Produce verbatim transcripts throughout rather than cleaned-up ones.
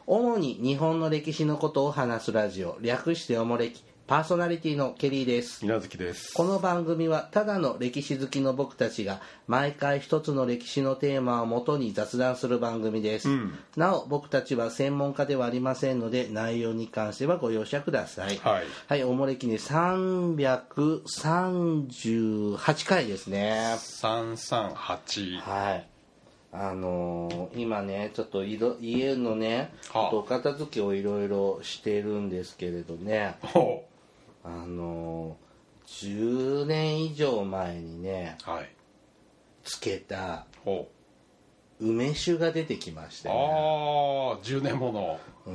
主に日本の歴史のことを話すラジオ、略しておもれき、パーソナリティのケリーです。 稲月です。 この番組はただの歴史好きの僕たちが毎回一つの歴史のテーマをもとに雑談する番組です、うん、なお僕たちは専門家ではありませんので内容に関してはご容赦ください。はい、はい、おもれきねさんびゃくさんじゅうはちかいですね。 さんさんはち。 はい、あのー、今ねちょっと家のねお片付けをいろいろしてるんですけれどね、はあ、あのー、じゅうねん以上前にね、はい、つけた梅酒が出てきましてね。 ああ、じゅうねんもの。 うん、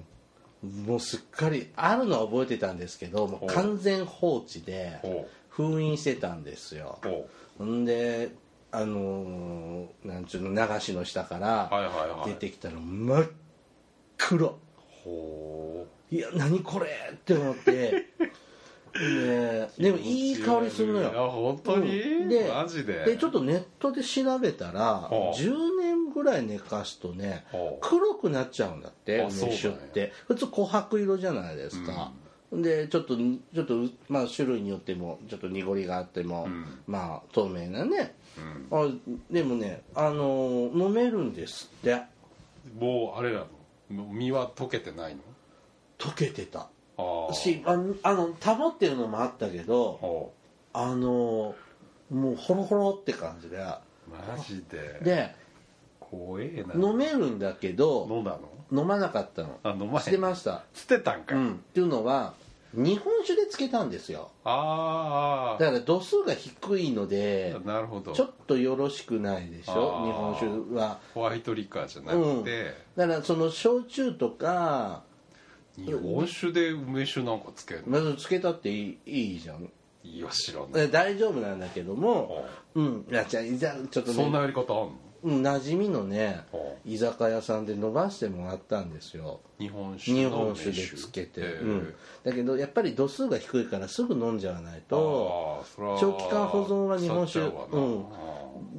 もうすっかりあるのは覚えてたんですけど、もう完全放置で封印してたんですよ。んであのー、なんちゅうの流しの下から出てきたら真っ黒。ほう、いや何これって思ってで, でもいい香りするのよ。 いや本当に、うん、 でマジででちょっとネットで調べたらじゅうねんぐらい寝かすとね黒くなっちゃうんだって梅酒って、ね、普通琥珀色じゃないですか、うん、でちょっとちょっと、まあ、種類によってもちょっと濁りがあっても、うん、まあ透明なね、うん、あでもね、あのー、飲めるんですって。 もうあれなの、身は溶けてないの？ 溶けてたし、あの、あの保ってるのもあったけど、あのもうホロホロって感じで。 マジでで怖えな。 飲めるんだけど飲んだの飲まなかったの。 あ、飲まへん。 捨てました。 捨てたんか、 うん、っていうのは日本酒でつけたんですよ。 ああ、 だから度数が低いのでなるほど、 ちょっとよろしくないでしょ日本酒は。 ホワイトリカーじゃなくて、うん、 だからその焼酎とか日本酒で梅酒なんかつけるの？ まずつけたっていい、いいじゃん。 いや知らない。 大丈夫なんだけども、うん、いやじゃあちょっとね、 そんなやり方あんの？ うん、馴染みのね居酒屋さんで飲ませてもらったんですよ。 日本酒日本酒でつけて、うん、だけどやっぱり度数が低いからすぐ飲んじゃわないと長期間保存は日本酒、うん、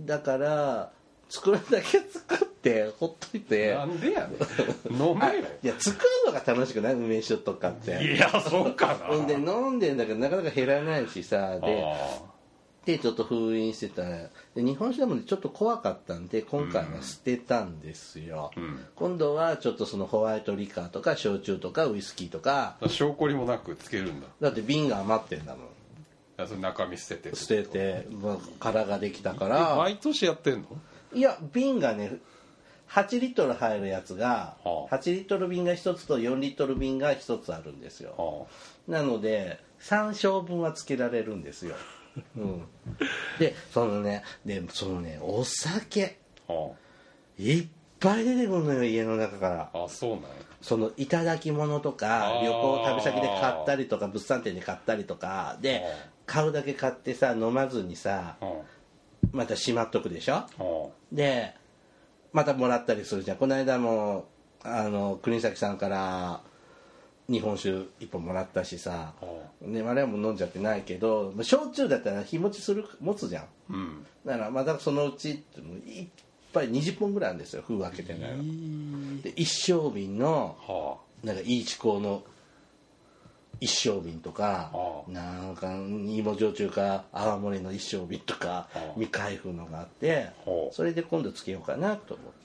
だから作るだけ作ってほっといて。 なんでやねん飲めよ。 いや作るのが楽しくない梅酒とかって。 いやそうかな。 で飲んでんだけどなかなか減らないしさ、ででちょっと封印してた。で日本酒でも、ね、ちょっと怖かったんで今回は捨てたんですよ、うん、今度はちょっとそのホワイトリカーとか焼酎とかウイスキーとか。 証拠りもなくつけるんだ。 だって瓶が余ってんだもん。 それ中身捨てて捨てて、まあ、殻ができたから。 毎年やってんの？ いや瓶がねはちリットル入るやつが、はあ、はちリットル瓶がひとつとよんリットル瓶がひとつあるんですよ、はあ、なのでさん升分はつけられるんですよ、うん、でそのねでそのねお酒、はあ、いっぱい出てくるのよ家の中から。 あ、そうなんや。 その頂き物とか旅行旅先で買ったりとか物産展で買ったりとかで、はあ、買うだけ買ってさ飲まずにさ、はあ、またしまっとくでしょ、はあ、でまたもらったりするじゃん。この間もあの国崎さんから日本酒いっぽんもらったしさ、ね、我々も飲んじゃってないけど焼酎だったら日持ちする持つじゃん、うん、だからまたそのうちいっぱいにじゅっぽんぐらいあるんですよ封開けてないので一升瓶の、はあ、なんかいい地高の一升瓶とか、はあ、なんか芋焼酎か泡盛の一升瓶とか、はあ、未開封のがあって、はあ、それで今度つけようかなと思って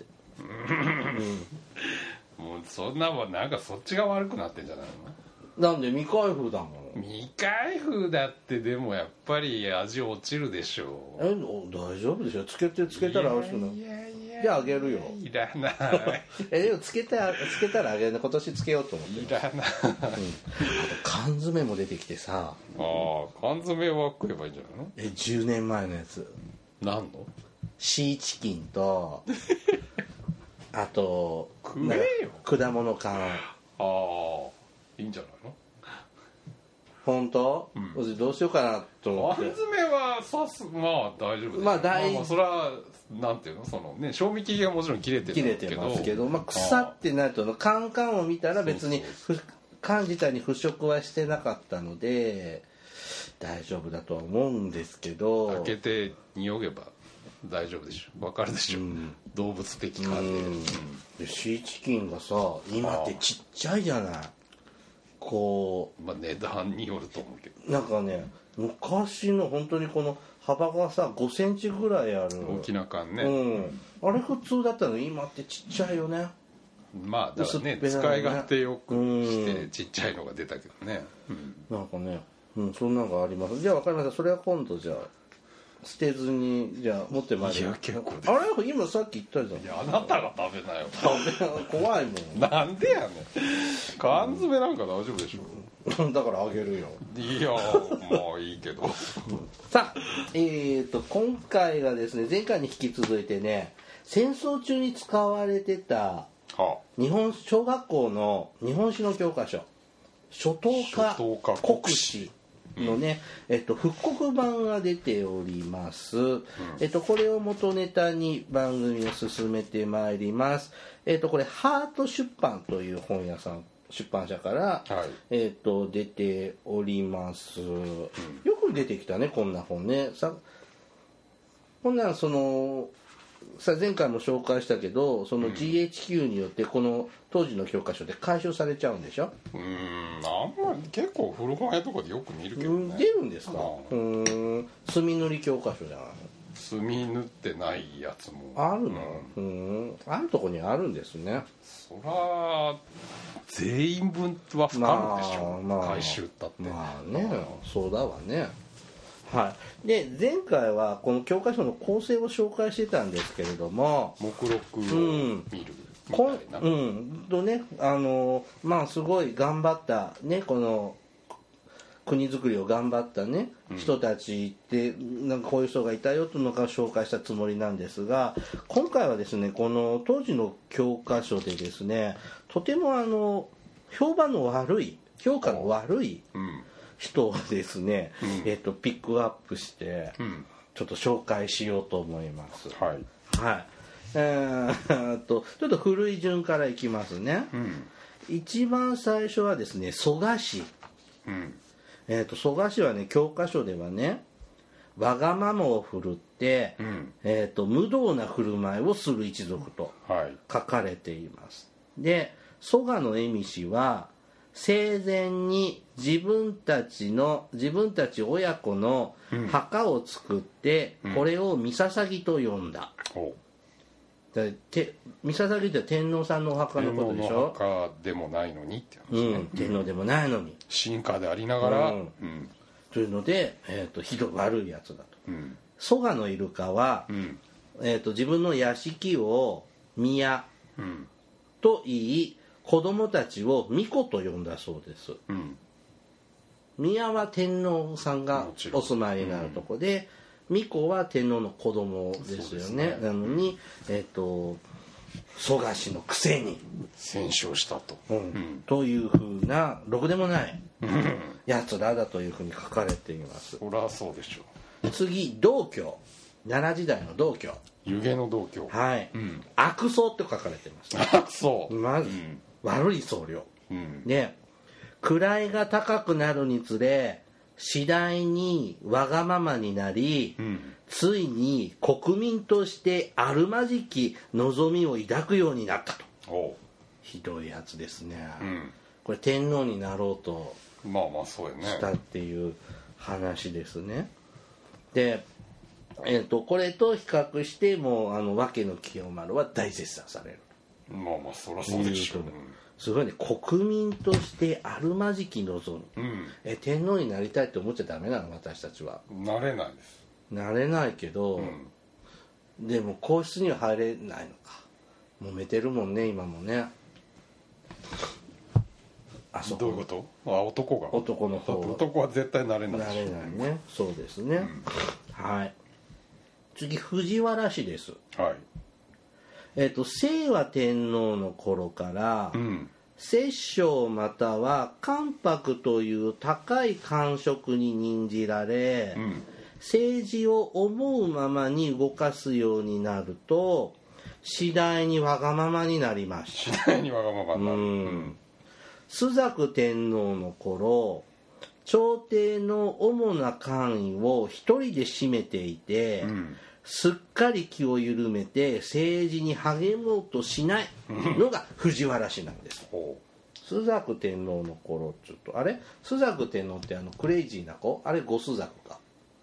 うん、もうそんなもんなんかそっちが悪くなってんじゃないの？なんで未開封だもん。 未開封だってでもやっぱり味落ちるでしょう。 え大丈夫でしょ。つけてつけたら美味しくない。いやいやいやじゃああげるよ。 いらないえでもつけたつけたらあげる。今年つけようと思って。 いらない、うん、あと缶詰も出てきてさ。 ああ缶詰は食えばいいんじゃないの？ えじゅうねんまえのやつ。 何の？ シーチキンとあと食えよ果物缶。 ああいいんじゃないの？ 本当、うん、どうしようかなと思って。 缶詰はさすまあ大丈夫です。 まあ大、 まあ、それはなんていうのそのね賞味期限はもちろん切れてる切れてますけど、まあ、腐ってないとカンカンを見たら別に缶自体に腐食はしてなかったので大丈夫だとは思うんですけど。 開けて匂げば大丈夫でしょ、分かるでしょ、うん、動物的感で、うん、 でシーチキンがさ今ってちっちゃいじゃない。こうまあ値段によると思うけど、 なんかね昔の本当にこの幅がさごセンチぐらいある大きな缶ね、 うん、あれ普通だったのに今ってちっちゃいよね。 まあだからね、ね使い勝手よくしてちっちゃいのが出たけどね、 うん、なんかね、うん、そんなのがあります。じゃあ分かりました、それは今度じゃあ捨てずにじゃあ持ってまいります。いや結構です。あれ今さっき言ったじゃん。 いやあなたが食べなよ。 食べ怖いもん。 なんでやねん。缶詰なんか大丈夫でしょ、うん、だからあげるよ。 いやもういいけどさあえーと今回がですね前回に引き続いてね戦争中に使われてた日本小学校の日本史の教科書初等科国史のね、うん、えっと、復刻版が出ております、うん、えっと、これを元ネタに番組を進めてまいります。えっと、これハート出版という本屋さん出版社から、はい、えっと、出ております、うん、よく出てきたねこんな本ね。さこんなんそのさ前回も紹介したけどその ジーエイチキュー によってこの当時の教科書で回収されちゃうんでしょ。 うーんあんまり結構古本屋とかでよく見るけどね。 出るんですか。うーん墨塗り教科書じゃない。 墨塗ってないやつもあるの、うん、うんあるとこにあるんですね。 そら全員分は不可能でしょ、まあまあ、回収ったってまあねそうだわね。はい、で前回はこの教科書の構成を紹介してたんですけれども目録を見るみたいな、 うん、うんとねあのまあすごい頑張ったねこの国づくりを頑張ったね、うん、人たちってなんかこういう人がいたよというのを紹介したつもりなんですが今回はですねこの当時の教科書でですねとてもあの評判の悪い評価の悪い、うん人をですね、うんえー、とピックアップして、うん、ちょっと紹介しようと思います。はい、はいえー、とちょっと古い順からいきますね、うん、一番最初はですね蘇我氏、うんえー、と蘇我氏はね教科書ではねわがままを振るって、うんえー、と無道な振る舞いをする一族と書かれています、はい、で蘇我の恵美氏は生前に自分たちの自分たち親子の墓を作って、うん、これを三捧と呼んだ、うん、だて三捧って天皇さんのお墓のことでしょ。 天皇の墓でもないのにって話ね、 うん、天皇でもないのに神家でありながら、うんうん、というので、えー、とひどく悪いやつだと、うん、蘇我のイルカは、うんえー、と自分の屋敷を宮と言い子供たちを巫女と呼んだそうです、うん、宮は天皇さんがお住まいになるとこで、うん、巫女は天皇の子供ですよ ね, ねなのに、えー、と蘇我氏のくせに戦勝したと、 うんうん、というふうなろくでもないやつらだというふうに書かれています。 そりゃそうでしょう。次道教奈良時代の道教湯気の道教はい、うん、悪僧って書かれてます、 悪僧まず、うん悪い僧侶、うん、で位が高くなるにつれ次第にわがままになり、うん、ついに国民としてあるまじき望みを抱くようになったと。ひどいやつですね、うん、これ天皇になろうとまあまあそうやねしたっていう話ですね。で、えー、とこれと比較してもうあの訳の清丸は大絶賛される。 まあまあそりゃそうでしょう、うん、 すごいね国民としてあるまじき望み、うん、え天皇になりたいって思っちゃダメなの私たちは。 なれないです。 なれないけど、うん、でも皇室には入れないのか。揉めてるもんね今もね。 あそこどういうこと。あ男が男の方男は絶対なれないなれないねそうですね、うん、はい次藤原氏です。はいえー、と清和天皇の頃から、うん、摂政または関白という高い官職に任じられ、うん、政治を思うままに動かすようになると次第にわがままになりました。 次第にわがままになる、うん、 朱雀天皇の頃朝廷の主な官位を一人で占めていて、うんすっかり気を緩めて政治に励もうとしないのが藤原氏なんです。朱雀天皇の頃ちょっとあれ朱雀天皇ってあのクレイジーな子あれ五朱雀か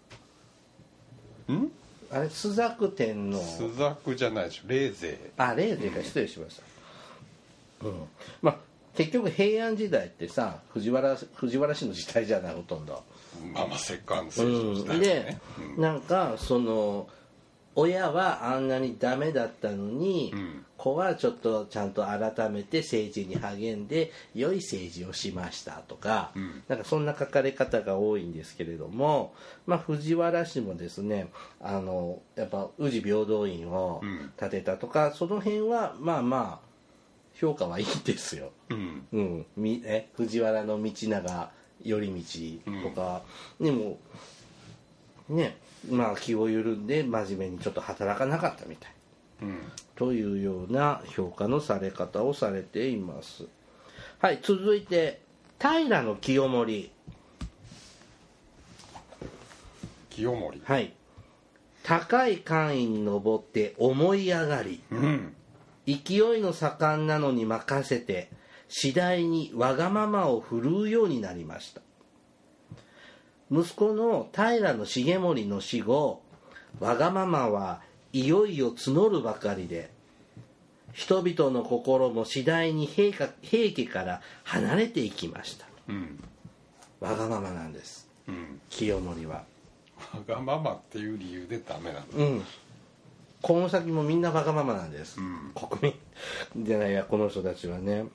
んあれ朱雀天皇朱雀じゃないでしょ冷泉あ冷泉か失礼しました、うん、まあ結局平安時代ってさ藤原藤原氏の時代じゃないほとんどまあまあ摂関政治の時代ですね、うん、で、うん、なんかその親はあんなにダメだったのに、うん、子はちょっとちゃんと改めて政治に励んで良い政治をしましたとか、うん、なんかそんな書かれ方が多いんですけれども、まあ、藤原氏もですねあのやっぱ宇治平等院を建てたとか、うん、その辺はまあまあ評価はいいんですよ、うんうん、みえ藤原道長頼道とか、うん、でもねまあ気を緩んで真面目にちょっと働かなかったみたい、うん、というような評価のされ方をされています。はい、続いて平清盛。 清盛、 はい、高い官位に上って思い上がり、うん、勢いの盛んなのに任せて次第にわがままを振るうようになりました。息子の平重盛の死後、わがままはいよいよ募るばかりで、人々の心も次第に平家、平家から離れていきました、うん、わがままなんです、うん、清盛はわがままっていう理由でダメなんだ、 うん、この先もみんなわがままなんです、うん、国民じゃないやこの人たちはね。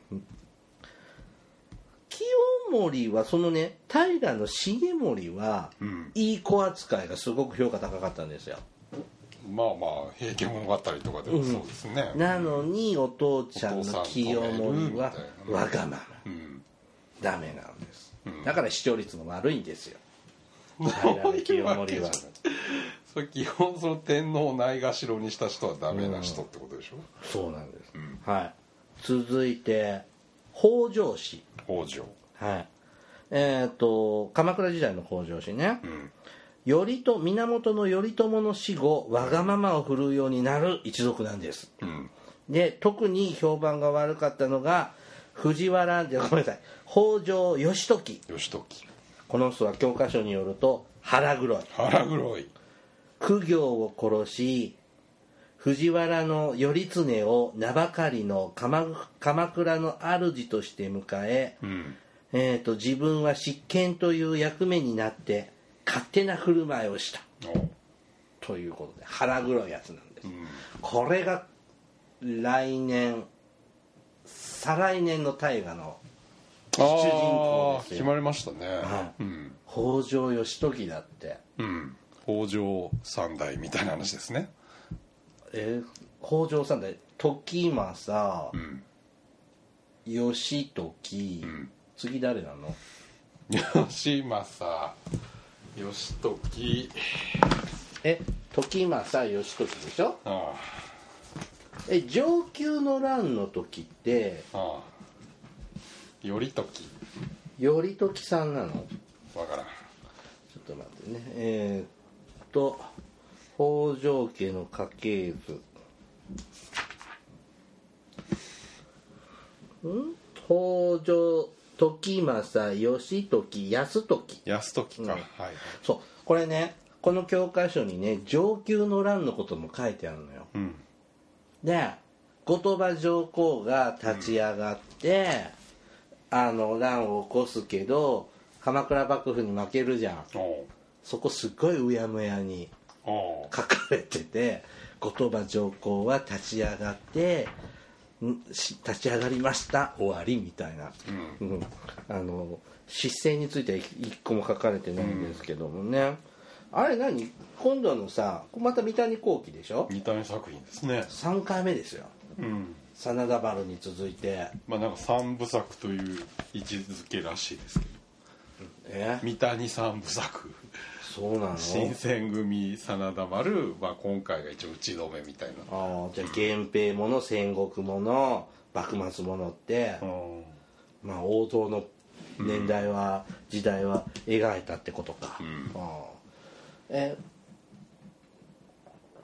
清盛はそのね平重盛は、うん、いい子扱いがすごく評価高かったんですよ。 まあまあ平家物語とかでもそうですね、 うん、なのにお父ちゃんの清盛はわがまま、うん、ダメなんです、うん、だから視聴率も悪いんですよ平重清盛は。 それ基本その天皇をないがしろにした人はダメな人ってことでしょ、うん、 そうなんです、うん、はい。続いて北条氏。 北条、 はい、えっ、ー、と鎌倉時代の北条氏ね、うん、頼朝源頼朝の死後わがままを振るうようになる一族なんです、うん、で特に評判が悪かったのが藤原でごめんなさい北条義時。 義時この人は教科書によると腹黒い腹黒い公暁を殺し藤原の頼経を名ばかりの 鎌, 鎌倉の主として迎え、うんえー、と自分は執権という役目になって勝手な振る舞いをしたということで腹黒いやつなんです、うん、これが来年再来年の大河の主人公ですよ。 決まりましたね、 はいうん、北条義時だって、 うん、北条三代みたいな話ですね。 えー、北条三代時政、うん、義時、うん、次誰なの？ 義政義時え時政義時でしょ。ああえ承久の乱の時ってああ頼時頼時さんなの？ わからん。ちょっと待ってねえー、っと北条家の家系図ん北条時政義時泰時泰時か、うん、はいそうこれねこの教科書にね承久の乱のことも書いてあるのよ、うん、で後鳥羽上皇が立ち上がって、うん、あの乱を起こすけど鎌倉幕府に負けるじゃん。そこすっごいうやむやに書かれてて後鳥羽上皇は立ち上がって立ち上がりました終わりみたいな、うんうん、あの失政については一個も書かれてないんですけどもね、うん、あれ何今度のさまた三谷幸喜でしょ。 三谷作品ですね。 さんかいめですよ、うん、真田丸に続いてまあなんか三部作という位置づけらしいですけど、え三谷三部作そうなの。 新選組真田丸は今回が一応打ち止めみたいな。 ああじゃあ源平もの戦国もの幕末ものって、うん、まあ王道の年代は、うん、時代は描いたってことか、うん、あえ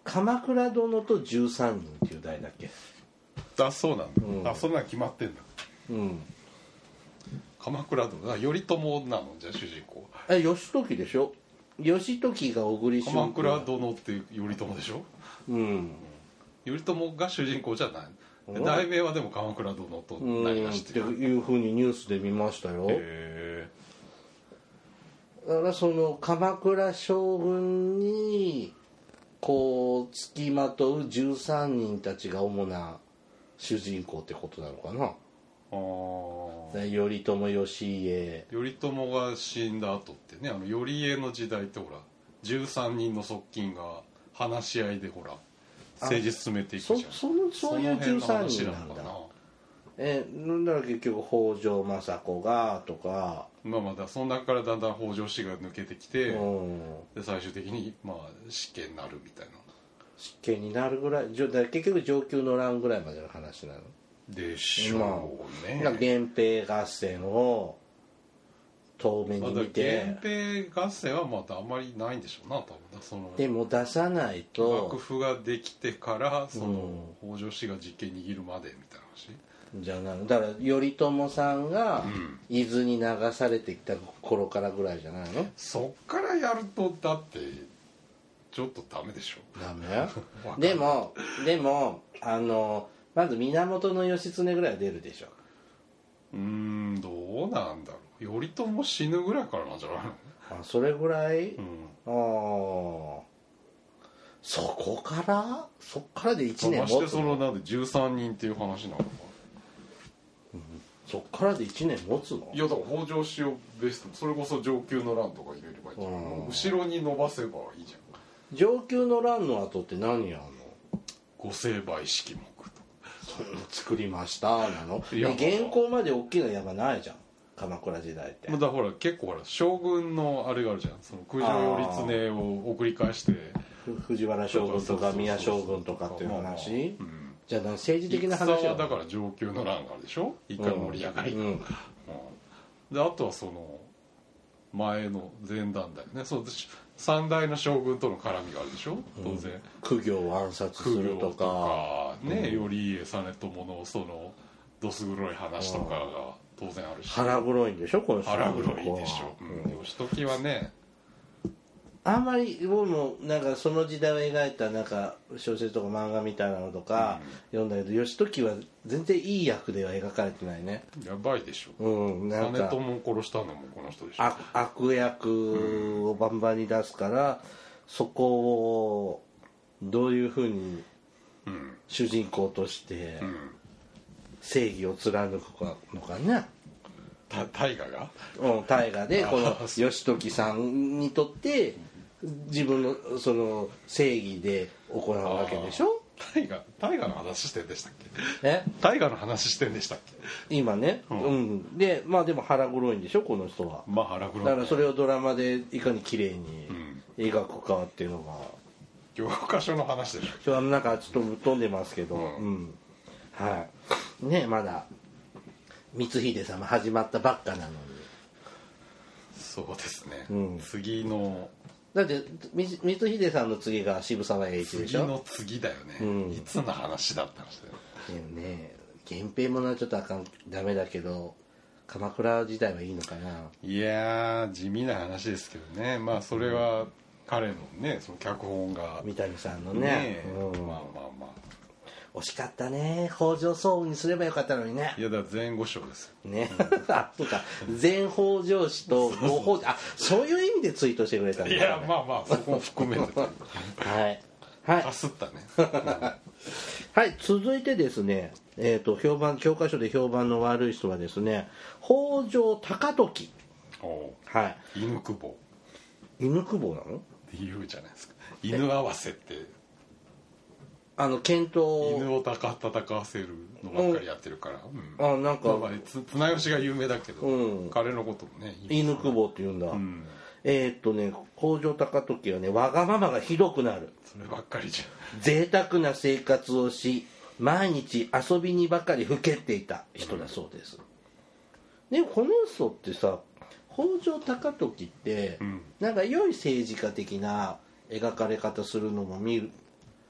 鎌倉殿とじゅうさんにんっていう題だっけ。 あ、そうなんだ、うん、あ、そんなん決まってんだ。 うん。 鎌倉殿、頼朝なのじゃあ主人公。 え、義時でしょ。義時が小栗旬。 鎌倉殿って頼朝でしょ。 うん。 頼朝が主人公じゃない。題名はでも鎌倉殿と何がしてるっていうふうにニュースで見ましたよ。 へー。だからその鎌倉将軍にこう付きまとうじゅうさんにんたちが主な主人公ってことなのかな。あ、頼朝、義家。 頼朝が死んだ後ってね、あの頼家の時代ってほらじゅうさんにんの側近が話し合いでほら政治進めていくじゃん。 そ, そ, のそういうじゅうさんにんなんだ。え、なんだろう、結局北条政子がとか。 まあまだその中からだんだん北条氏が抜けてきて、で最終的にまあ死刑になるみたいな。 死刑になるぐらい、結局上級の乱ぐらいまでの話なのでしょうね。 まあ、源平合戦を遠目に見て、 ま、源平合戦はまたあんまりないんでしょうな、多分。そのでも出さないと幕府ができてからその、うん、北条氏が実権握るまでみたいな話じゃないの。だから頼朝さんが伊豆に流されてきた頃からぐらいじゃないの。 そっからやるとだってちょっとダメでしょ。 ダメでもでもあのまず源義経ぐらいは出るでしょ。 うーん、どうなんだろう。頼朝死ぬぐらいからなんじゃないの。 あ、それぐらい、うん、 ああ、そこからそこからでいちねん持つの。 ましてそのなんでじゅうさんにんっていう話なのか、 うん、そこからでいちねん持つの。 いやだから北条氏をベスト、それこそ承久の乱とか入れればいいじゃん、うん、後ろに伸ばせばいいじゃん。 承久の乱の後って何やんの。 御成敗式目と作りましたなの。現行まで大きな山ないじゃん、鎌倉時代って。 だからほら結構ほら将軍のあれがあるじゃん、その九条頼経を送り返して藤原将軍とか宮将軍とかっていう話。じゃあ政治的な話はだから承久の乱があるでしょ、一回盛り上がり、うんうんうん、であとはその前の前段だよね、そう三代の将軍との絡みがあるでしょ当然、 公暁を暗殺するとかね、頼家実朝のそのどす黒い話とかが当然あるし、 腹黒いんでしょこの人。 腹黒いでしょ、うん、義時はねあんまり僕もなんかその時代を描いたなんか小説とか漫画みたいなのとか読んだけど、義時は全然いい役では描かれてないね。 やばいでしょ、 うん、なんか実朝を殺したのもこの人でしょ。 悪, 悪役をバンバンに出すから、うん、そこをどういうふうに主人公として正義を貫くのかね。 大河が、 うん、大河でこの義時さんにとって自分のその正義で行うわけでしょ。 大河大河の話してんでしたっけ。 え、 大河の話してんでしたっけ今ね、うん、うん、でまあでも腹黒いんでしょこの人は。 まあ腹黒い、 だからそれをドラマでいかに綺麗に描くかっていうのが、 教科書の話でしょ。 今日なんかちょっとぶっ飛んでますけど、うん、うん、はいね、まだ光秀さんも始まったばっかなのに。 そうですね、 うん、 次のだって光秀さんの次が渋沢栄一でしょ。 次の次だよね、うん、いつの話だったんですよね。源平ものはちょっとあかんダメだけど鎌倉時代はいいのかな。 いやー地味な話ですけどね。まあそれは彼のねその脚本が三谷さんのね、ね、 うん、まあまあまあ惜しかったね。北条早雲にすればよかったのにね。 いやだから前後賞ですね、うん、あ、そうか、前北条氏と後北、あ、そういう意味でツイートしてくれたんだ、ね、 いやまあまあそこも含めてはいはいかすったねはい、続いてですね、えーと、評判教科書で評判の悪い人はですね、北条高時。 お、 はい、 犬久保。 犬久保なのって言うじゃないですか。犬合わせってあの検討犬をたか戦わせるのばっかりやってるから、 うん、あ、なんか、 まあ、つ綱吉が有名だけど、うん、彼のこともね犬久保って言うんだ、うん、えー、っとね北条高時はね、わがままがひどくなる。 そればっかりじゃん。 贅沢な生活をし毎日遊びにばかりふけっていた人だそうです、うん、でこの人ってさ、北条高時って、うん、なんか良い政治家的な描かれ方するのも見る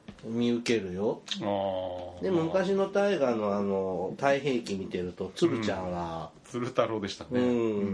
見受けるよ。 あでも昔の大河のあの太平記見てると鶴ちゃんは、 うん、鶴太郎でしたね、 うん、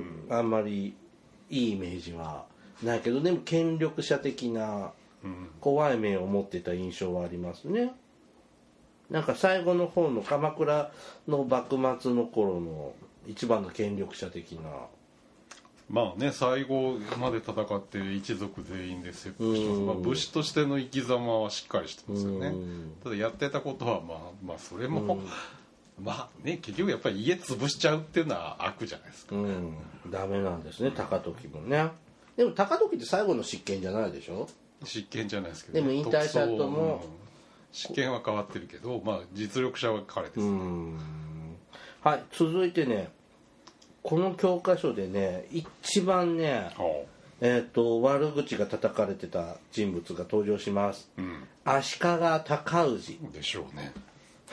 うん、あんまりいいイメージはないけど、でも権力者的な怖い面を持ってた印象はありますね。なんか最後の方の鎌倉の幕末の頃の一番の権力者的な、 まあね、最後まで戦って一族全員で切腹します、まあ、武士としての生き様はしっかりしてますよね。ただやってたことはまあまあそれもまあね、結局やっぱり家潰しちゃうっていうのは悪じゃないですか。 うんダメなんですね、高時もね。でも高時って最後の執権じゃないでしょ。 執権じゃないですけど、 でも引退した後も、 うん執権は変わってるけど、まあ実力者は彼ですね。 うんはい、続いてね、この教科書でね一番ね、えー、と悪口が叩かれてた人物が登場します、うん、足利尊氏でしょうね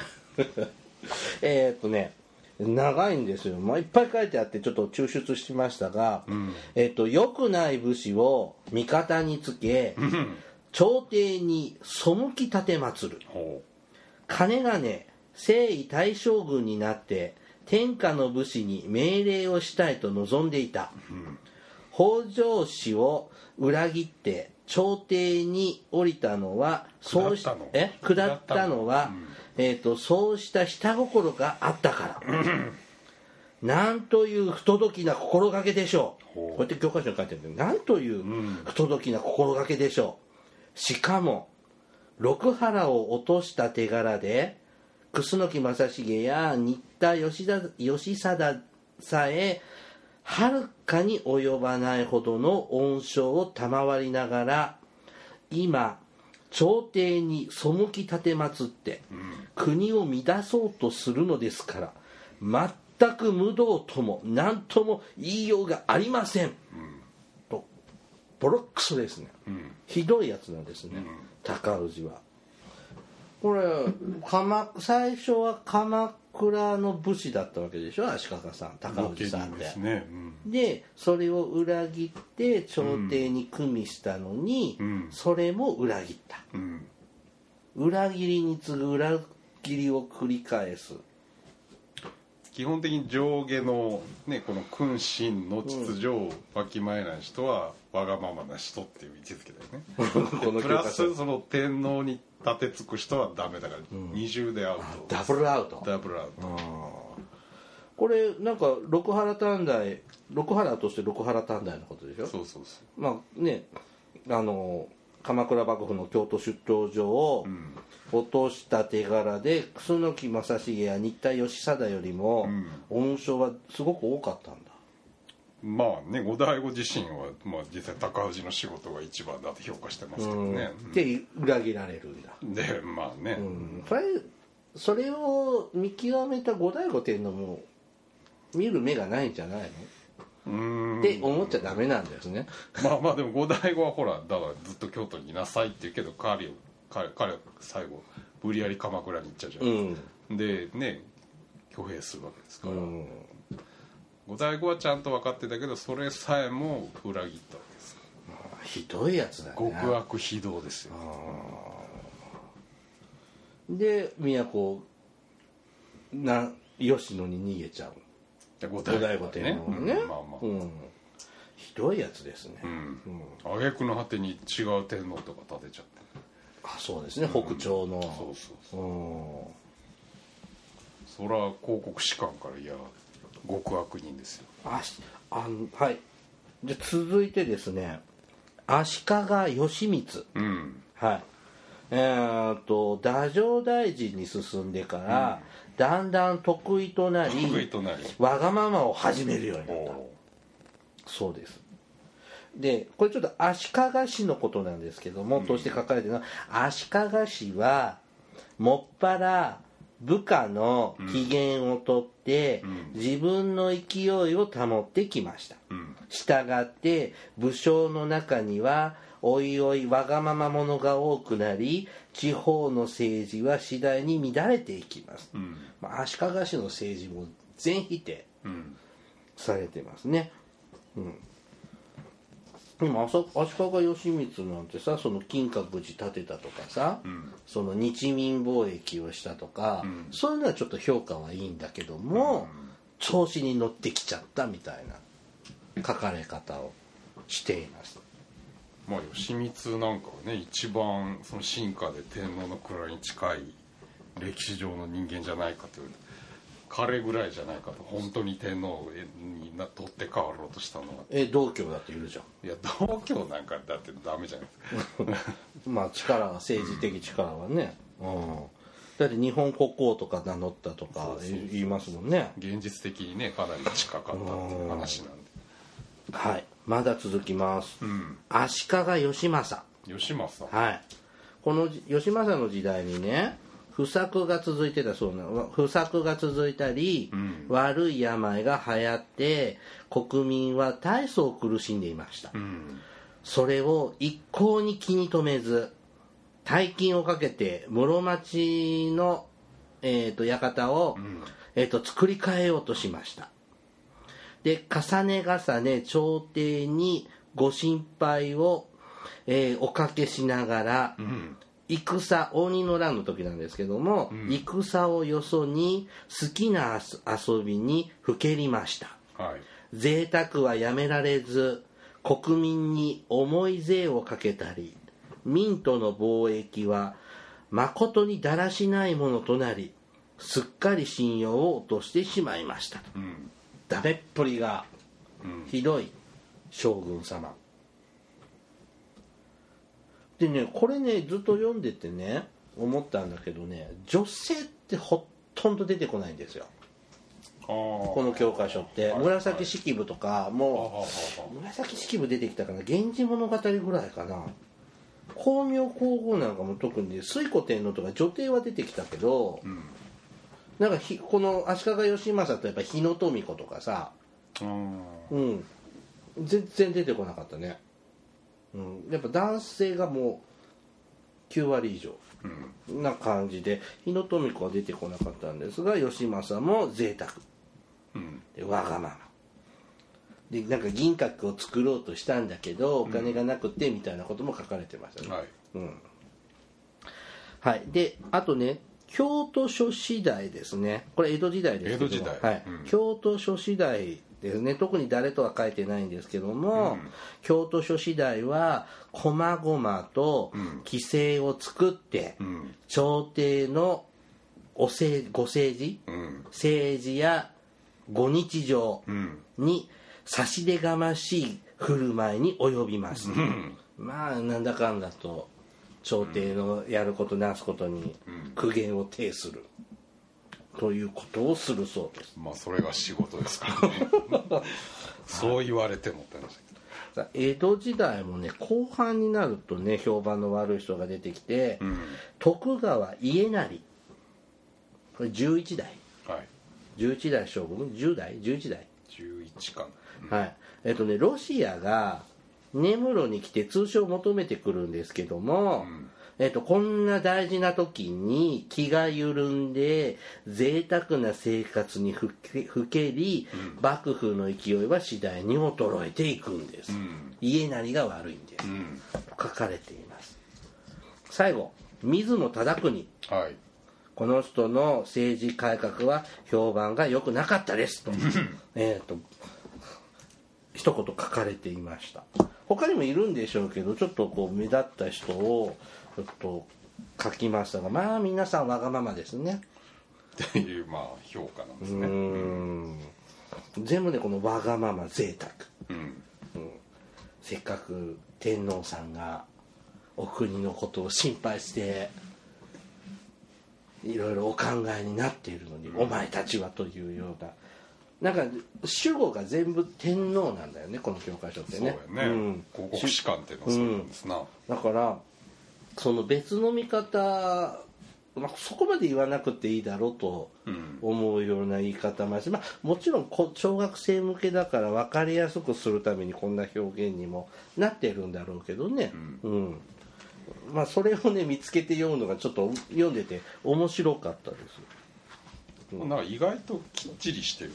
えっとね長いんですよ、まあ、いっぱい書いてあってちょっと抽出しましたが、うん、えー、と良くない武士を味方につけ、うん、朝廷に背き立て祀る、金がね征夷大将軍になって天下の武士に命令をしたいと望んでいた、うん、北条氏を裏切って朝廷に降りたのはそうしえ下ったのは、うん、えー、とそうした下心があったから、うん、なんという不届きな心がけでしょう。こうやって教科書に書いてるんだけど、なんという不届きな心がけでしょう。しかも六原を落とした手柄で楠木正成や新田義貞さえはるかに及ばないほどの恩賞を賜りながら今朝廷に背き立てまつって、うん、国を乱そうとするのですから全く無道とも何とも言いようがありません、うん、とボロックスですね、うん、ひどいやつなんですね、うん、高氏は。これ鎌最初は鎌倉の武士だったわけでしょ、足利さん、高氏さんで。ですね、うん、でそれを裏切って朝廷に組みしたのに、うん、それも裏切った、うん、裏切りに次ぐ裏切りを繰り返す。 基本的に上下の、ね、この君臣の秩序をわきまえない人はわがままな人っていう位置づけだよねこのプラスその天皇に立てつく人はダメだから、うん、二重でアウト、 ダブルアウトダブルアウト。 これなんか六原短大六原として六原短大のことでしょ。 そうそうそう。 まあね、あの鎌倉幕府の京都出張所を落とした手柄で楠木正成や新田義貞よりも恩賞はすごく多かったんだ、 うん、まあね、後醍醐自身は、まあ、実際高氏の仕事が一番だと評価してますけどね、 うん、で裏切られるんだ。 でまあね、うん、 それそれを見極めた後醍醐天皇も見る目がないんじゃないのって思っちゃダメなんですね。 まあまあでも後醍醐はほらだからずっと京都にいなさいって言うけど彼を彼彼は最後無理やり鎌倉に行っちゃうじゃないですか、うん、でね挙兵するわけですから、うん、後醍醐はちゃんと分かってたけどそれさえも裏切ったわけです。 ひどいやつだね。 極悪非道ですよ。 で都な吉野に逃げちゃう後醍醐天皇ね、うん、まあまあ、うん、ひどいやつですね。 挙句、うん、の果てに違う天皇とか立てちゃって。 あ、そうですね、北朝の、うん、そうそうそう、 うん、そら広告士官からいや極悪人ですよ。 ああはい。じゃ続いてですね、足利義満、うん、はいえー、と太政大臣に進んでから、うん、だんだん得意となり得意となりわがままを始めるようになった。そうです。でこれちょっと足利氏のことなんですけども、うん、として書かれてるのは足利氏はもっぱら部下の機嫌をとって、うん、自分の勢いを保ってきました、うん、したがって武将の中にはおいおいわがまま者が多くなり地方の政治は次第に乱れていきます、うんまあ、足利氏の政治も全否定されてますね、うん、 今足利義満なんてさ、その金閣寺建てたとかさ、うん、その日民貿易をしたとか、うん、そういうのはちょっと評価はいいんだけども、うん、調子に乗ってきちゃったみたいな書かれ方をしています。 まあ義満なんかはね、一番その進化で天皇の位に近い歴史上の人間じゃないかという、彼ぐらいじゃないかと、本当に天皇にな取って代わろうとしたのは。 え道教だって言うじゃん。 いや道教なんかだってダメじゃないですかまあ力は政治的力はね、うん、だって日本国王とか名乗ったとか言いますもんね。 現実的にねかなり近かったっていう話なんで。 はい、まだ続きます、うん、足利義政。 義政、 はい、この義政の時代にね、不作が続いてたそうなの。不作が続いたり、うん、悪い病が流行って国民は大層苦しんでいました、うん、それを一向に気に留めず、大金をかけて室町の、えー、と館を、うん、えー、と作り変えようとしました。で重ね重ね朝廷にご心配を、えー、おかけしながら、うん、戦、応仁の乱の時なんですけども、うん、戦をよそに好きな遊びにふけりました、はい、贅沢はやめられず、国民に重い税をかけたり、民との貿易は誠にだらしないものとなり、すっかり信用を落としてしまいました、うん、ダメっぷりがひどい将軍様でね、これねずっと読んでてね思ったんだけどね、女性ってほとんど出てこないんですよ、この教科書って。紫式部とかもう紫式部出てきたかな、源氏物語ぐらいかな。光明皇后なんかも特に推古天皇とか女帝は出てきたけど、うん、なんかひこの足利義政とやっぱ日野富子とかさ、うん、全然出てこなかったね。うん、やっぱ男性がもうきゅうわり以上な感じで、日野富子は出てこなかったんですが、義政も贅沢、うん、でわがままで、なんか銀閣を作ろうとしたんだけどお金がなくてみたいなことも書かれてましたね、はい、うん、はい、であとね京都書士代ですね。これ江戸時代ですけど、江戸時代、はい、うん、京都書士代ですね。特に誰とは書いてないんですけども、うん、京都書士代は細々と規制を作って、うん、朝廷のおせご政治、うん、政治やご日常に差し出がましい振る舞いに及びます、うん、まあなんだかんだと朝廷のやることなすことに苦言を呈するということをするそうです。 まあそれが仕事ですからねそう言われてもって話だけど、江戸時代もね後半になるとね評判の悪い人が出てきて、うん、徳川家斉、これじゅういちだい、はい、じゅういちだい将軍、じゅうだいじゅういちだいじゅういちかな、うん、はい、えっとねロシアが根室に来て通商を求めてくるんですけども、うん、えっと、こんな大事な時に気が緩んで贅沢な生活にふけ、ふけり、うん、幕府の勢いは次第に衰えていくんです、うん、家斉が悪いんです、うん、書かれています。最後水野忠邦、はい、この人の政治改革は評判が良くなかったですとえっと一言書かれていました。他にもいるんでしょうけど、ちょっとこう目立った人をちょっと書きましたが、まあ皆さんわがままですねっていうまあ評価なんですね。うーん、 全部でこのわがまま贅沢、うんうん、せっかく天皇さんがお国のことを心配していろいろお考えになっているのに、うん、お前たちはというような、なんか主語が全部天皇なんだよねこの教科書ってね。 そうやね、うん、国国士官っていうのはそうなんですな、うん、 だからその別の見方、まあ、そこまで言わなくていいだろうと思うような言い方もあるし、まあ、もちろん小学生向けだから分かりやすくするためにこんな表現にもなってるんだろうけどね、うん、うん、まあ、それをね見つけて読むのがちょっと読んでて面白かったです。 なんか意外ときっちりしてるっていう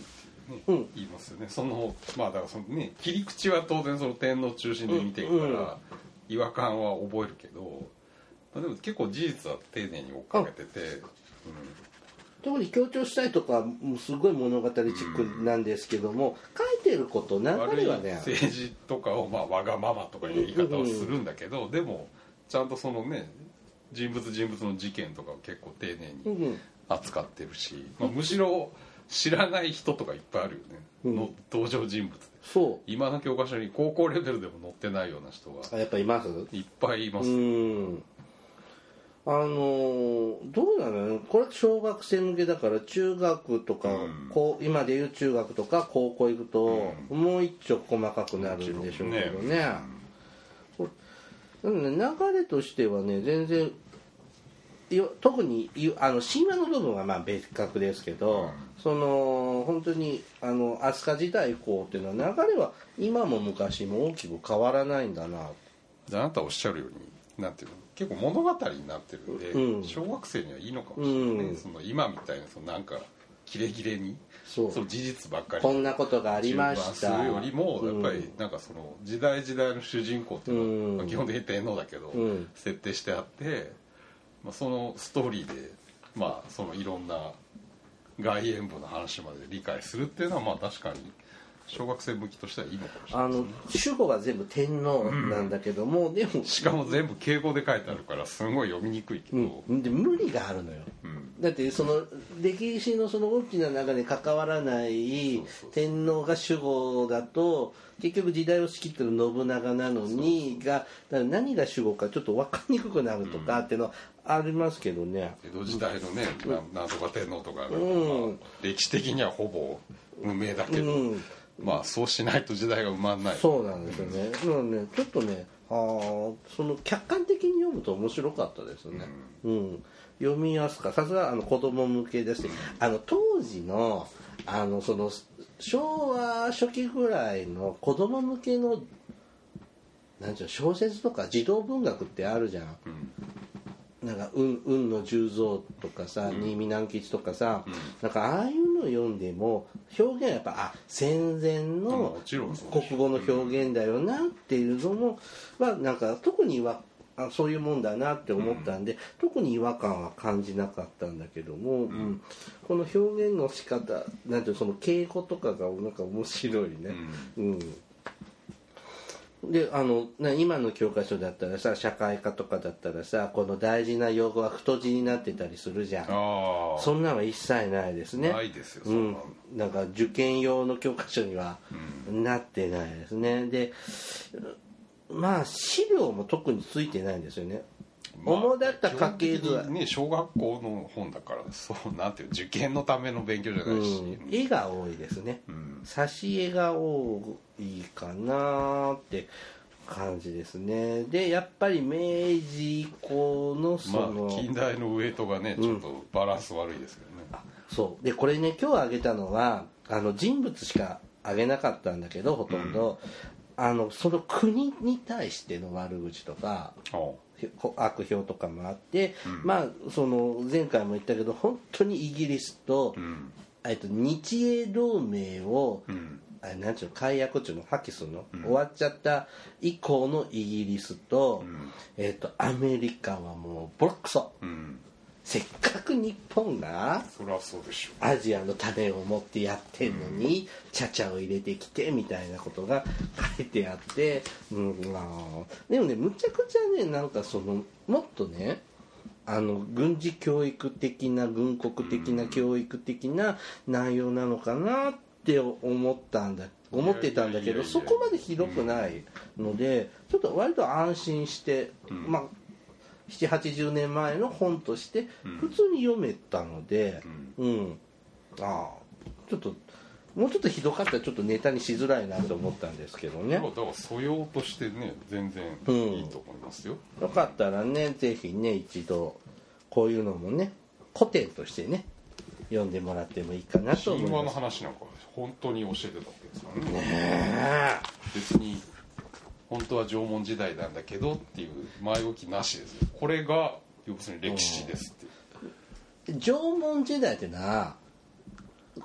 ね、 うん、 言いますよね。そのまあだからそのね切り口は当然その天皇中心で見てるから、うん、違和感は覚えるけど、まあ、でも結構事実は丁寧に追っかけてて、うん、 特に強調したいとかすごい物語チックなんですけども、うん、書いてること流れはね、 政治とかをまあわがままとかいう言い方をするんだけど、うん、でもちゃんとそのね人物人物の事件とかを結構丁寧に扱ってるし、まあ、むしろ知らない人とかいっぱいあるよね、うん、の登場人物で。 そう今の教科書に高校レベルでも載ってないような人がやっぱいますいっぱいいます。 うんあのー、どうなのこれ小学生向けだから中学とか、うん、こう今でいう中学とか高校行くと、うん、もう一丁細かくなるんでしょうけどね、うん、なので流れとしてはね全然特にあの神話の部分はまあ別格ですけど、うん、その本当にあの飛鳥時代以降っていうのは流れは今も昔も大きく変わらないんだな。 あなたおっしゃるようになんていうの結構物語になってるんで、うん、小学生にはいいのかもしれないね、うん、その今みたいなそのなんかキレキレにその事実ばっかりこんなことがありましたするよりもやっぱりなんかその時代時代の主人公っていうのは、うん、基本的に天皇だけど、うん、設定してあって、まあ、そのストーリーでまあそのいろんな外縁部の話まで理解するっていうのはまあ確かに小学生向きとしてはいいのかもしれないですね。 あの主語が全部天皇なんだけども、うん、でもしかも全部敬語で書いてあるからすごい読みにくいけど、 うん、で無理があるのよ、うん、だってその歴史のその大きな中に関わらない天皇が主語だと結局時代を仕切ってる信長なのにがだから何が主語かちょっと分かりにくくなるとかっていうのはありますけどね、 江戸時代のね、うん、なんとか天皇とか、うんまあ、歴史的にはほぼ無名だけど、うんまあそうしないと時代が埋まんない。 そうなんですよね。だからねちょっとねあその客観的に読むと面白かったですね、うんうん、読みやすかさすがあの子供向けですし、うん、あの当時のあのその昭和初期ぐらいの子供向けのなんていうの小説とか児童文学ってあるじゃん、うんなんか雲野十三とかさ、うん、新見南吉とかさ、うん、なんかああいうのを読んでも表現はやっぱあ戦前の国語の表現だよなっていうのも、まあ、なんか特にはあそういうもんだなって思ったんで、うん、特に違和感は感じなかったんだけども、うんうん、この表現の仕方なんていうその敬語とかがなんか面白いね。うんうんであの今の教科書だったらさ社会科とかだったらさこの大事な用語は太字になってたりするじゃん。あそんなのは一切ないですね。 ないですよ、 うん、なんか受験用の教科書にはなってないですね、うん、でまあ資料も特についてないんですよね。まあ、主だった家系図は、 ね、小学校の本だからそうなんていう受験のための勉強じゃないし、 うん、絵が多いですね、うん、挿絵が多いかなって感じですね。でやっぱり明治以降のその、 まあ、近代のウエイトがねちょっとバランス悪いですけどね、 うん、そうでこれね今日挙げたのはあの人物しか挙げなかったんだけどほとんど、うん、あのその国に対しての悪口とか悪評とかもあって、うん、まあその前回も言ったけど本当にイギリスと、うん、えっと日英同盟を、うん、あれなんちゅうの解約っていうの破棄するの、うん、終わっちゃった以降のイギリスと、うん、えっとアメリカはもうボロクソ、うん、せっかく日本がそりゃそうでしょうアジアの種を持ってやってんのに、うん、チャチャを入れてきてみたいなことが書いてあって、うんまあ、でもねむちゃくちゃねなんかそのもっとねあの軍事教育的な軍国的な教育的な内容なのかなって思ったんだ思ってたんだけどそこまでひどくないのでちょっと割と安心して、うん、まあななじゅうはちじゅうねんまえの本として普通に読めたので、うん、うん、ああちょっともうちょっとひどかったらちょっとネタにしづらいなと思ったんですけどね。 だから素養としてね全然いいと思いますよ、 うん、よかったらねぜひね一度こういうのもね古典としてね読んでもらってもいいかなと思います。 神話の話なんか本当に教えてたわけですからね。 ねえ別に本当は縄文時代なんだけどっていう前置きなしですよ。これが要するに歴史ですっていう、 うん、縄文時代ってのは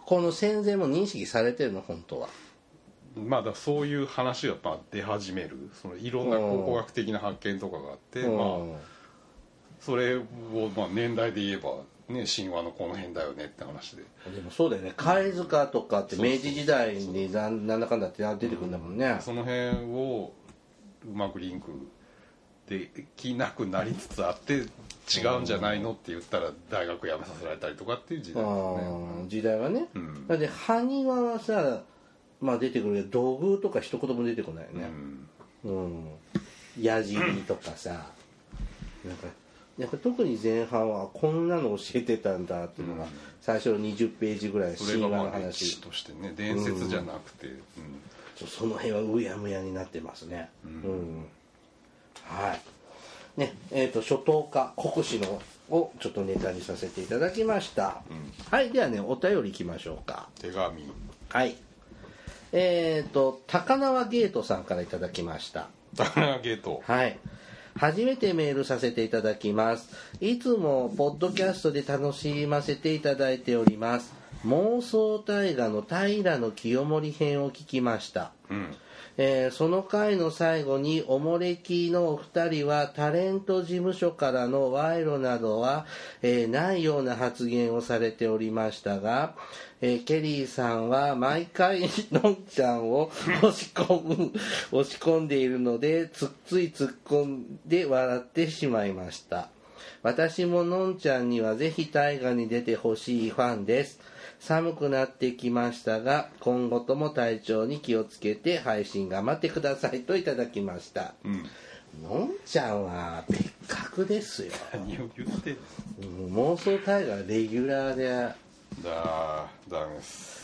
この戦前も認識されてるの本当は。 まあだそういう話がまあ出始める、そのいろんな考古学的な発見とかがあって、まあそれをまあ年代で言えばね、神話のこの辺だよねって話で。 でもそうだよね、貝塚とかって明治時代になんだかんだって出てくるんだもんね、うん、 その辺をうまくリンクできなくなりつつあって違うんじゃないのって言ったら大学辞めさせられたりとかっていう時代ですね。 時代はね、うん、だって埴輪はさ、まあ、出てくるけど土偶とか一言も出てこないよね、うん、うん、矢尻とかさ、なんかやっぱ特に前半はこんなの教えてたんだっていうのが最初のにじゅっページぐらい神話の話、それがまあ歴史としてね、伝説じゃなくて、うんうん、その辺はうやむやになってますね、うんうん、はいね、えーと初等科国史のをちょっとネタにさせていただきました、うん、はいではねお便りいきましょうか。 手紙、 はいえーと高輪ゲートさんからいただきました。 高輪ゲート、 はい初めてメールさせていただきます。いつもポッドキャストで楽しませていただいております。妄想大河の平清盛編を聞きました、うんえー、その回の最後におもれきのお二人はタレント事務所からの賄賂などは、えー、ないような発言をされておりましたが、えー、ケリーさんは毎回のんちゃんを押し込む押し込んでいるのでつつい突っ込んで笑ってしまいました。私ものんちゃんにはぜひ大河に出てほしいファンです。寒くなってきましたが今後とも体調に気をつけて配信頑張ってくださいといただきました、うん、のんちゃんは別格ですよ。 何を言ってんの、妄想大河レギュラーでだダメです。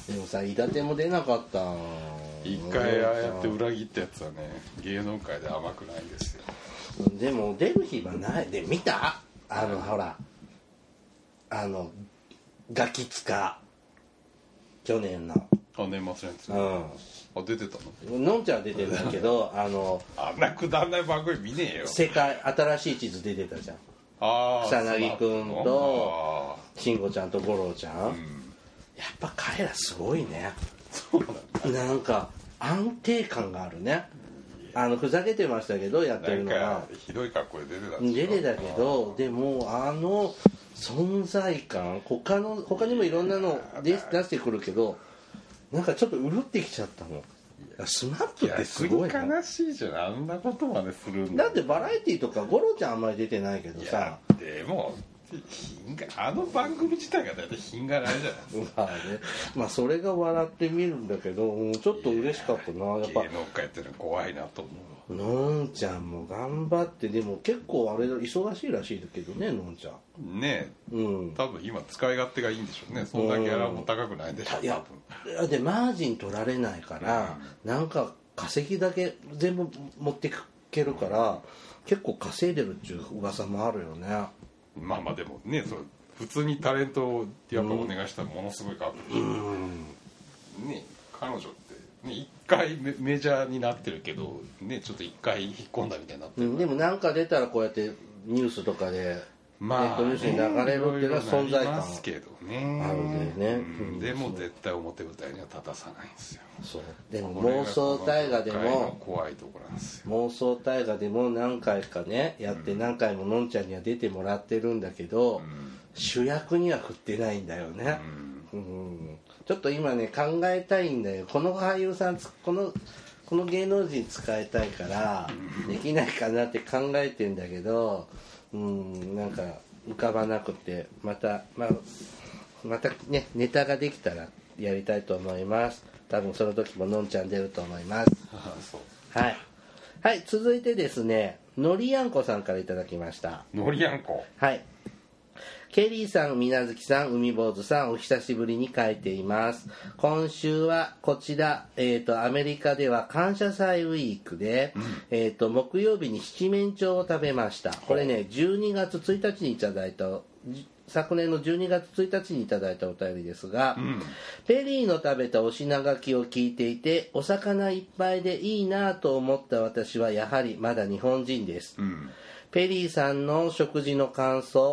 でもさ、伊達も出なかった。 一回ああやって裏切ったやつはね芸能界で甘くないんですよ。 でも出る暇ないで見たあの、はい、ほらあのガキ使去年のあ年末のやつ、 うん、 あ出てたののんちゃんは出てるんだけどあのあんなくだんない番組見ねえよ。 世界新しい地図出てたじゃん。 あ草薙くんと慎吾ちゃんと五郎ちゃん、うん、やっぱ彼らすごいね。 そうなんだ。 なんか安定感があるね。あのふざけてましたけどやってるのはひどい格好で出てたんですよ。出てたけどでもあの存在感他の他にもいろんなので出してくるけどなんかちょっとうるってきちゃったの。スマップってすごいな。悲しいじゃんあんなことまでするんだ。だってバラエティーとか五郎ちゃんあんまり出てないけどさ。 いやでも品があの番組自体が大体品がないじゃないですか。 まあね、まあそれが笑ってみるんだけどちょっと嬉しかったな。やっぱ芸能界ってのは怖いなと思う。 のんちゃんも頑張ってでも結構あれ忙しいらしいけどねのんちゃんねえ、うん、多分今使い勝手がいいんでしょうね。そんなギャラも高くないんでしょう。 いやでマージン取られないから、うん、なんか稼ぎだけ全部持っていけるから結構稼いでるっていう噂もあるよね。 まあまあでもねそう普通にタレントをやっぱお願いしたらものすごい額でしょ、うん、ね彼女ってね一回 メ, メジャーになってるけどねちょっと一回引っ込んだみたいになってる、うん、 でもなんか出たらこうやってニュースとかでまあ、ネットニュースに流れるっていうのは存在感あるんだよね、 うん、でも絶対表舞台には立たさないんですよ。 そうでも妄想大河でも怖いところなんですよ。 妄想大河でも何回かねやって何回ものんちゃんには出てもらってるんだけど、うん、主役には振ってないんだよね、うんうん、ちょっと今ね考えたいんだよ。この俳優さんこのこの芸能人使いたいからできないかなって考えてんだけどうんなんか浮かばなくてまた、まあ、またねネタができたらやりたいと思います。多分その時ものんちゃん出ると思いますはい、はい、続いてですねのりやんこさんからいただきました。 のりやんこはいケリーさん、みなずきさん、海坊主さん、お久しぶりに書いています。今週はこちら、えーと、アメリカでは感謝祭ウィークで、うんえーと、木曜日に七面鳥を食べました。これね、じゅうにがつついたちにいただいた、昨年のじゅうにがつついたちにいただいたお便りですが、うん、ペリーの食べたお品書きを聞いていて、お魚いっぱいでいいなと思った私はやはりまだ日本人です。うん、ペリーさんの食事の感想、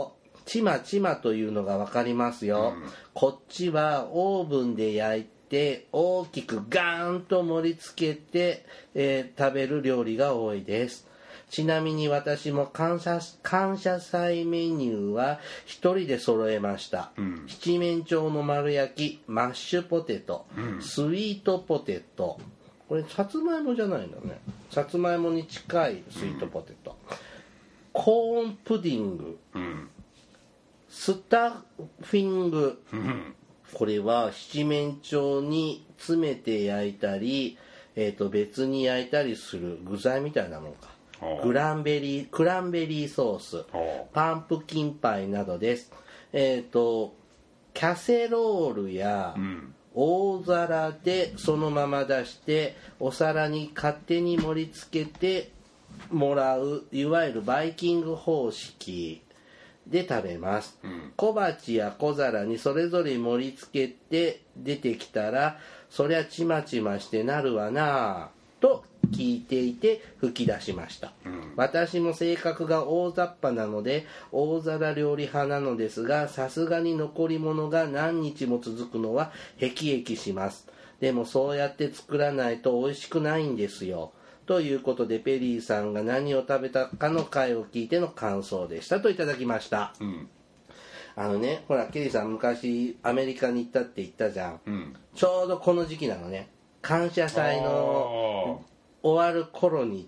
ちまちまというのが分かりますよ、うん、こっちはオーブンで焼いて大きくガーンと盛り付けて、えー、食べる料理が多いです。ちなみに私も感謝、感謝祭メニューは一人で揃えました、うん、七面鳥の丸焼き、マッシュポテト、うん、スイートポテト、これさつまいもじゃないんだね、さつまいもに近いスイートポテト、うん、コーンプディング、うん、スタッフィング、うん、これは七面鳥に詰めて焼いたり、えーと別に焼いたりする具材みたいなもんか。グランベリークランベリーソース、パンプキンパイなどです。えっとキャセロールや大皿でそのまま出してお皿に勝手に盛り付けてもらう、いわゆるバイキング方式で食べます、うん、小鉢や小皿にそれぞれ盛り付けて出てきたら、そりゃちまちましてなるわなぁと聞いていて吹き出しました、うん、私も性格が大雑把なので大皿料理派なのですが、さすがに残り物が何日も続くのはへきへきします。でもそうやって作らないと美味しくないんですよ。ということでペリーさんが何を食べたかの回を聞いての感想でしたといただきました、うん、あのね、ほらケリーさん昔アメリカに行ったって言ったじゃん、うん、ちょうどこの時期なのね、感謝祭の終わる頃に行って、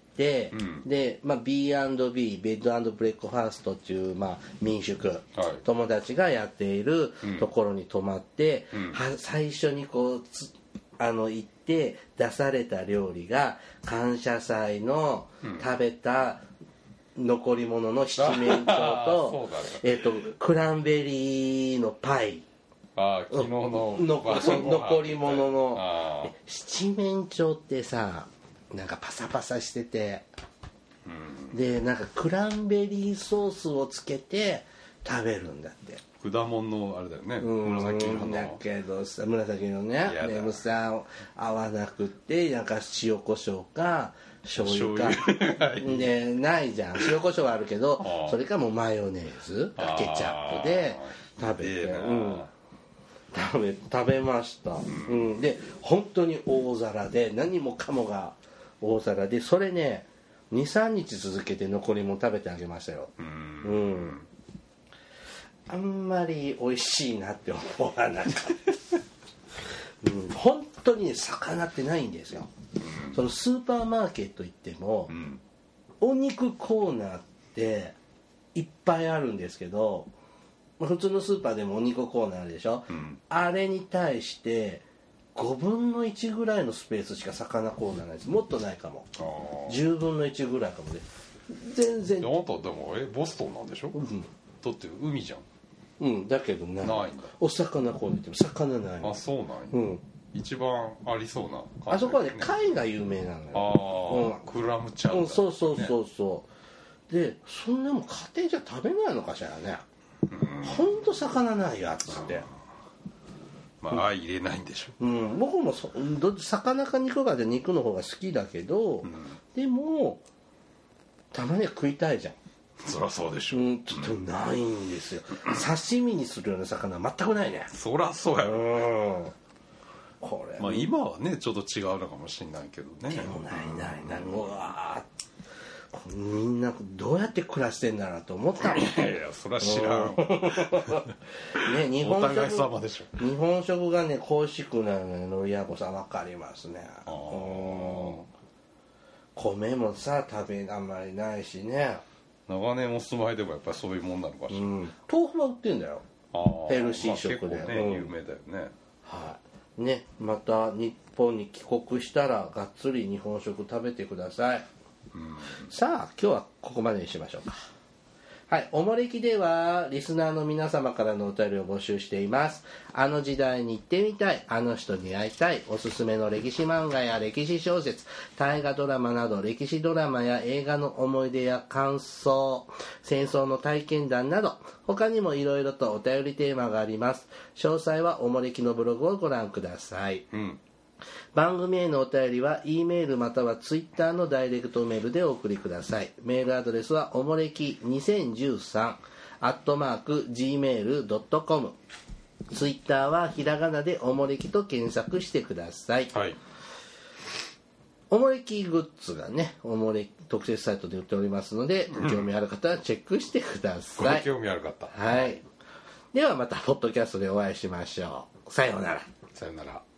うん、で、まあ、ビーアンドビー ベッド&ブレックファーストっていう、まあ、民宿、はい、友達がやっているところに泊まって、うん、は最初にこうつあの行って出された料理が感謝祭の食べた残り物の七面鳥と、うんえー、とクランベリーのパイ、 あ昨日の残り物の七面鳥ってさ、なんかパサパサしてて、うん、でなんかクランベリーソースをつけて食べるんだって。 果物のあれだよね、 うん、紫色のだけどさ、紫色のね、でもさ合わなくってなんか塩コショウか醤油かでないじゃん。塩コショウはあるけどそれかもうマヨネーズかケチャップで食べて、うん、食べ食べました、うん、で本当に大皿で何もかもが大皿で、それね にさんにち続けて残りも食べてあげましたよ。うん、うんあんまり美味しいなって思わなかった、うん、本当に、ね、魚ってないんですよ、うん、そのスーパーマーケット行っても、うん、お肉コーナーっていっぱいあるんですけど、普通のスーパーでもお肉コーナーあるでしょ、うん、あれに対してごぶんのいちぐらいのスペースしか魚コーナーないです。もっとないかも、じゅうぶんのいちぐらいかもで、全然。 あなたでもえボストンなんでしょ、うん、だって海じゃん。 うん、だけどない。 ないんだ。 お魚コーナーでも魚ない。 あ、そうなんや、うん、一番ありそうな感じ、ね、 あそこはね貝が有名なのよ。 ああ、うん、クラムチャウダー、ね、 うん、そうそうそうそうで、そんなもん家庭じゃ食べないのかしらね。ほんと魚ないやつって。 まあ相入れないんでしょ、 うん、僕もそどっち魚か肉かで肉の方が好きだけど、うん、でもたまには食いたいじゃん。 そりゃそうでしょ、うん、ちょっとないんですよ、うん、刺身にするような魚は全くないね。 そりゃそうやろ、 うん、これ、 まあ、今はねちょっと違うのかもしれないけどね。 でもないないない、うわみんなどうやって暮らしてんだろうと思ったもん。いやいやそりゃ知らんね、日本食お互い様でしょ。 日本食がね恋しくなるの親子さん分かりますね。うん、米もさ食べあんまりないしね。 長年お住まいでもやっぱりそういうもんなのかしら、うん、 豆腐は売ってんだよ。ヘルシー食で、 まあ、結構ね、うん、有名だよね。 はいね、また日本に帰国したらがっつり日本食食べてください。うん、さあ今日はここまでにしましょうか。はい、おもれきではリスナーの皆様からのお便りを募集しています。あの時代に行ってみたい、あの人に会いたい、おすすめの歴史漫画や歴史小説、大河ドラマなど歴史ドラマや映画の思い出や感想、戦争の体験談など他にもいろいろとお便りテーマがあります。詳細はおもれきのブログをご覧ください。うん、番組へのお便りは E メールまたは Twitter のダイレクトメールでお送りください。メールアドレスはおもれきにせんじゅうさんアットマーク ジーメールドットコム、 ツイッターはひらがなでおもれきと検索してください。 はい。 おもれきグッズがね、おもれき特設サイトで売っておりますので、ご興味ある方はチェックしてくだごさい。 興味ある方。 はい。ではまたポッドキャストでお会いしましょう。さようなら。 さよなら。